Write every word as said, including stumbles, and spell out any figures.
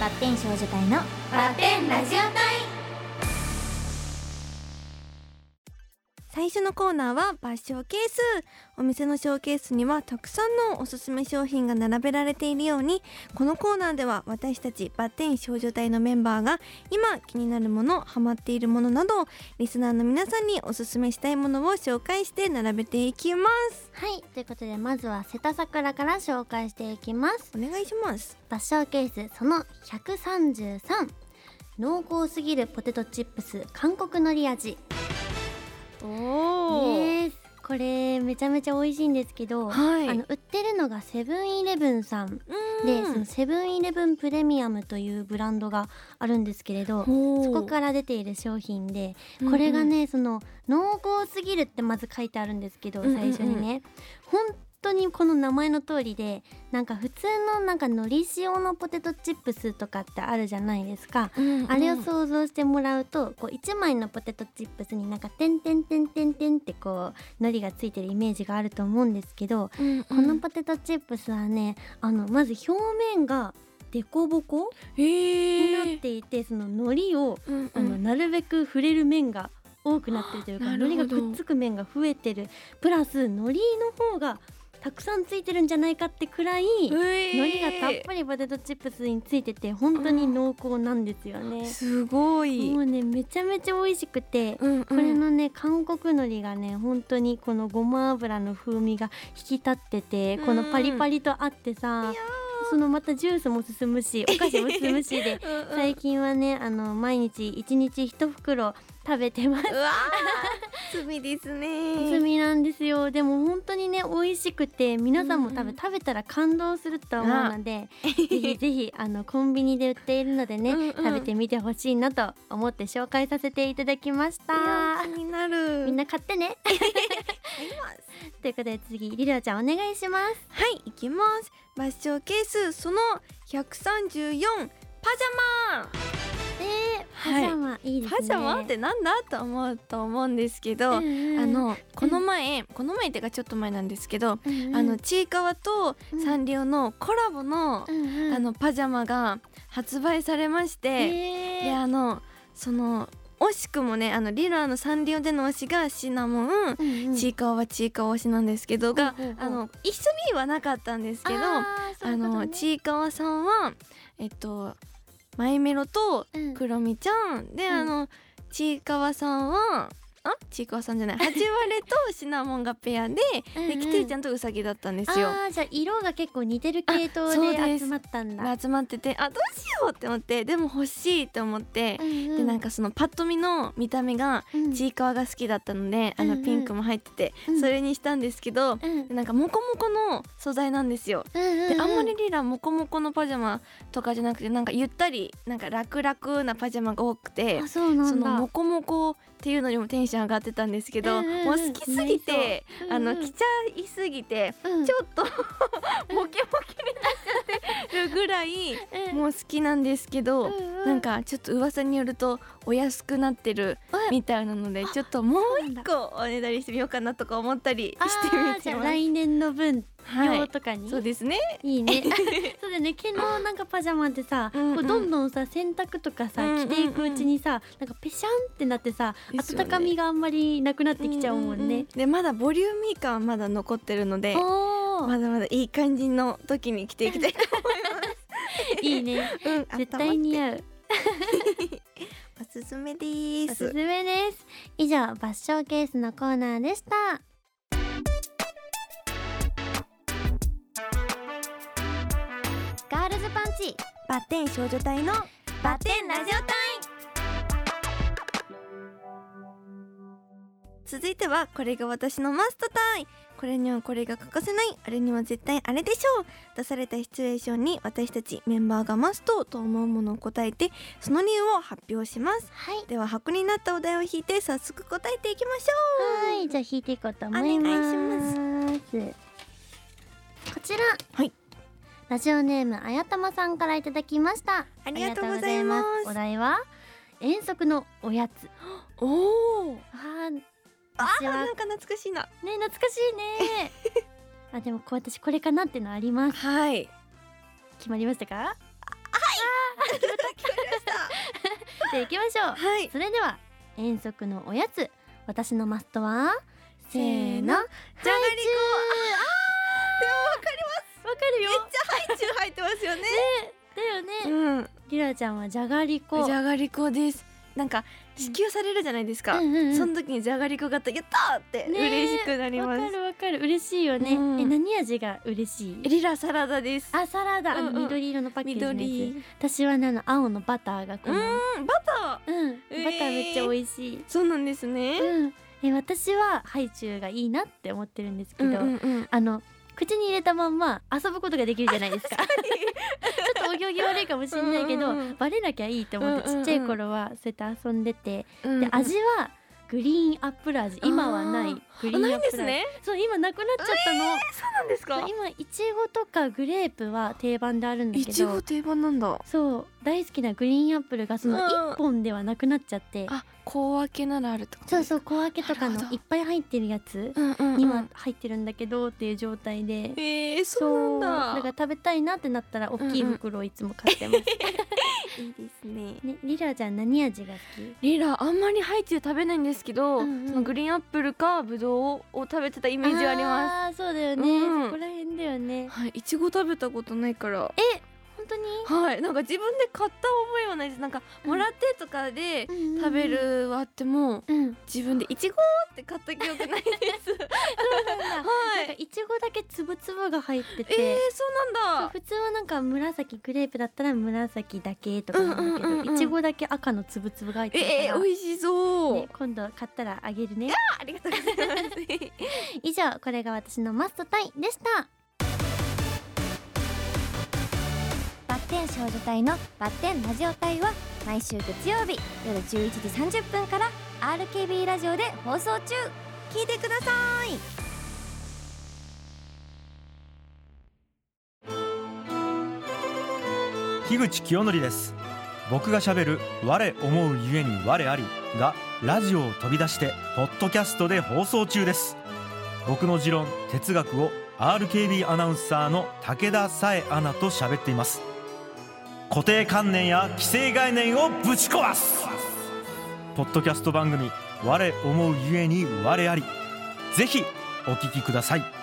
バッテン少女隊のバッテンラジオ隊。 最初のコーナーはバッショーケース。お店のショーケースにはたくさんのおすすめ商品が並べられているように、このコーナーでは私たちバッテン少女隊のメンバーが今気になるもの、ハマっているものなどリスナーの皆さんにおすすめしたいものを紹介して並べていきます。 はい、ということでまずは瀬田桜から紹介していきます。 お願いします。 バッショーケースそのひゃくさんじゅうさん、濃厚すぎるポテトチップス韓国海苔味。 おー、 ね、これめちゃめちゃ美味しいんですけど、 はい、 あの売ってるのがセブンイレブンさんで、そのセブンイレブンプレミアムというブランドがあるんですけれど、そこから出ている商品で、これがね、うんうん、その濃厚すぎるってまず書いてあるんですけど、最初にね、うんうんうん、本当にこの名前の通りで、なんか普通のなんか海苔塩のポテトチップスとかってあるじゃないですか、うんうん、あれを想像してもらうと、こういちまいのポテトチップスになんかてんてんてんてんてんってこう海苔がついてるイメージがあると思うんですけど、うんうん、このポテトチップスはね、あのまず表面がデコボコになっていて、その海苔を、うんうん、あのなるべく触れる面が多くなってるというか、海苔がくっつく面が増えてる、プラス海苔の方がたくさんついてるんじゃないかってくらい、海苔がたっぷりポテトチップスについてて本当に濃厚なんですよね。 すごい、 もうねめちゃめちゃ美味しくて、うんうん、これのね韓国海苔がね本当にこのごま油の風味が引き立ってて、このパリパリとあってさ、そのまたジュースも進むしお菓子も進むしでうん、うん、最近はねあの毎日いちにちいち袋食べてます。 うわ罪ですね。 罪なんですよ。でも本当にね美味しくて、皆さんも多分、うんうん、食べたら感動すると思うので、ぜひぜひあのコンビニで売っているのでね、うんうん、食べてみてほしいなと思って紹介させていただきました。 いや気になる。 みんな買ってねということで次リラちゃんお願いします。 はい、いきます。バッショーケースそのひゃくさんじゅうよん、パジャマ。 えー、パジャマ、はい、いいですね。 パジャマってなんだと思うと思うんですけど、うんうん、あのこの前、うん、この前っていうかちょっと前なんですけど、うんうん、あのちいかわとサンリオのコラボの、うんうん、あのパジャマが発売されまして、えー、であのその惜しくもね、あのリラのサンリオでの推しがシナモン、うんうん、ちいかわはちいかわ推しなんですけどが、うんうんうん、あの一緒にはなかったんですけど、ああのちいかわさんはえっとマイメロとクロミちゃん、うん、で、うん、あのちいかわさんはあちいかわさんじゃないはちわれとシナモンがペアでうん、うん、でキティちゃんとウサギだったんですよ。 あー、じゃあ色が結構似てる系統で集まったんだ。 集まってて、あどうしようって思って、でも欲しいと思って、うんうん、でなんかそのパッと見の見た目がちいかわが好きだったので、うん、あのピンクも入ってて、うん、それにしたんですけど、うん、でなんかモコモコの素材なんですよ、うんうんうん、であんまりリラモコモコのパジャマとかじゃなくて、なんかゆったりなんか楽々なパジャマが多くて、 あそうなんだ。 そのモコモコっていうのにもテンション上がってたんですけど、うんうんうん、もう好きすぎて、うんうん、あの着ちゃいすぎて、うん、ちょっとモケモケになっちゃってるぐらい、うん、もう好きなんですけど、うんうん、なんかちょっと噂によるとお安くなってるみたいなので、ちょっともう一個おねだりしてみようかなとか思ったりしてみてます。 じゃあ来年の分用とかに、 はい、そうですね、 いいねそうだね、毛のなんかパジャマってさ、うんうん、こうどんどんさ洗濯とかさ、うんうんうん、着ていくうちにさ、なんかペシャンってなってさ、ね、温かみがあんまりなくなってきちゃうもんね、うんうんうん、 でまだボリューミー感まだ残ってるので、まだまだいい感じの時に着ていきたいと思いますいいね、うん、絶対似合うおすすめです。 おすすめです。以上バッショーケースのコーナーでした。 ガールズパンチバッテン少女隊のバッテンラジオ隊。 続いてはこれが私のマストタイ。これにはこれが欠かせない、あれには絶対あれでしょう。出されたシチュエーションに私たちメンバーがマストと思うものを答えて、その理由を発表します。 はい、 では箱になったお題を引いて早速答えていきましょう。 はい、じゃあ引いていこうと思います。 お願いします。 こちら、 はい、 ラジオネームあやたまさんからいただきました。 ありがとうございます。 お題は遠足のおやつ。 おお、 あーあーなんか懐かしいな。 ね、懐かしいねあ、でもこう私これかなってのあります。 はい、 決まりましたか？ はい決めた決まりましたじゃあ行きましょう。 はい、 それでは遠足のおやつ、私のマストはせーの、じゃがりこ。あー、でもわかります。わかるよ。 めっちゃハイチュウ入ってますよね。 だよね、 うん、 リラちゃんはじゃがりこ。 じゃがりこです。なんか支給されるじゃないですか、うんうんうん、その時にじゃがりこがあったらやったーって嬉しくなります。 わかるわかる、嬉しいよね、うん、え何味が嬉しい？ リラサラダです。 あ、サラダ、うんうん、あの緑色のパッケージのやつ。私はね、あの青のバターがこの、 うん、バター、 うん、えー、バターめっちゃ美味しい。 そうなんですね、 うん、え私はハイチュウがいいなって思ってるんですけど、うんうんうん、あの口に入れたまんま遊ぶことができるじゃないですかちょっとお行儀悪いかもしれないけど、うんうん、バレなきゃいいと思って、ちっちゃい頃はそうやって遊んでて、うんうん、で味はグリーンアップル味、今はないグリーンアップル味。ないんですね。そう、今なくなっちゃったの、えー、 そうなんですか。 今いちごとかグレープは定番であるんだけど、 いちご定番なんだ。 そう、大好きなグリーンアップルがそのいっぽんではなくなっちゃって、 あ、小分けならあるってこと。 そうそう、小分けとかのいっぱい入ってるやつには入ってるんだけどっていう状態で、 えー、そうなんだ。 だから食べたいなってなったら大きい袋をいつも買ってます、うんうん、いいですね。 ね、リラちゃん何味が好き？ リラあんまりハイチュウ食べないんですけど、うんうん、そのグリーンアップルかブドウを食べてたイメージはあります。 あー、そうだよね、うん、そこら辺だよね。 はい、いちご食べたことないから。 え、本当に？はい、 なんか自分で買った覚えはないです。なんかもらってとかで食べるはあっても、うん、自分でいちごって買った記憶ないですそうなんだ、はい、 なんかいちごだけつぶつぶが入ってて、 えー、そうなんだ。 普通はなんか紫グレープだったら紫だけとかなんだけど、うんうんうんうん、いちごだけ赤のつぶつぶが入ってるから、 えー、美味しそう、 ね、今度買ったらあげるね。 ありがとうございます以上、これが私のマストタイでした。 バッテン少女隊のバッテンラジオ隊は毎週月曜日夜じゅういちじさんじゅっぷんから アールケービー ラジオで放送中。聞いてください。 樋口清則です。僕が喋る我思うゆえに我ありがラジオを飛び出してポッドキャストで放送中です。僕の持論哲学を アールケービー アナウンサーの武田紗恵アナと喋っています。固定観念や既成概念をぶち壊すポッドキャスト番組我思うゆえに我あり、ぜひお聞きください。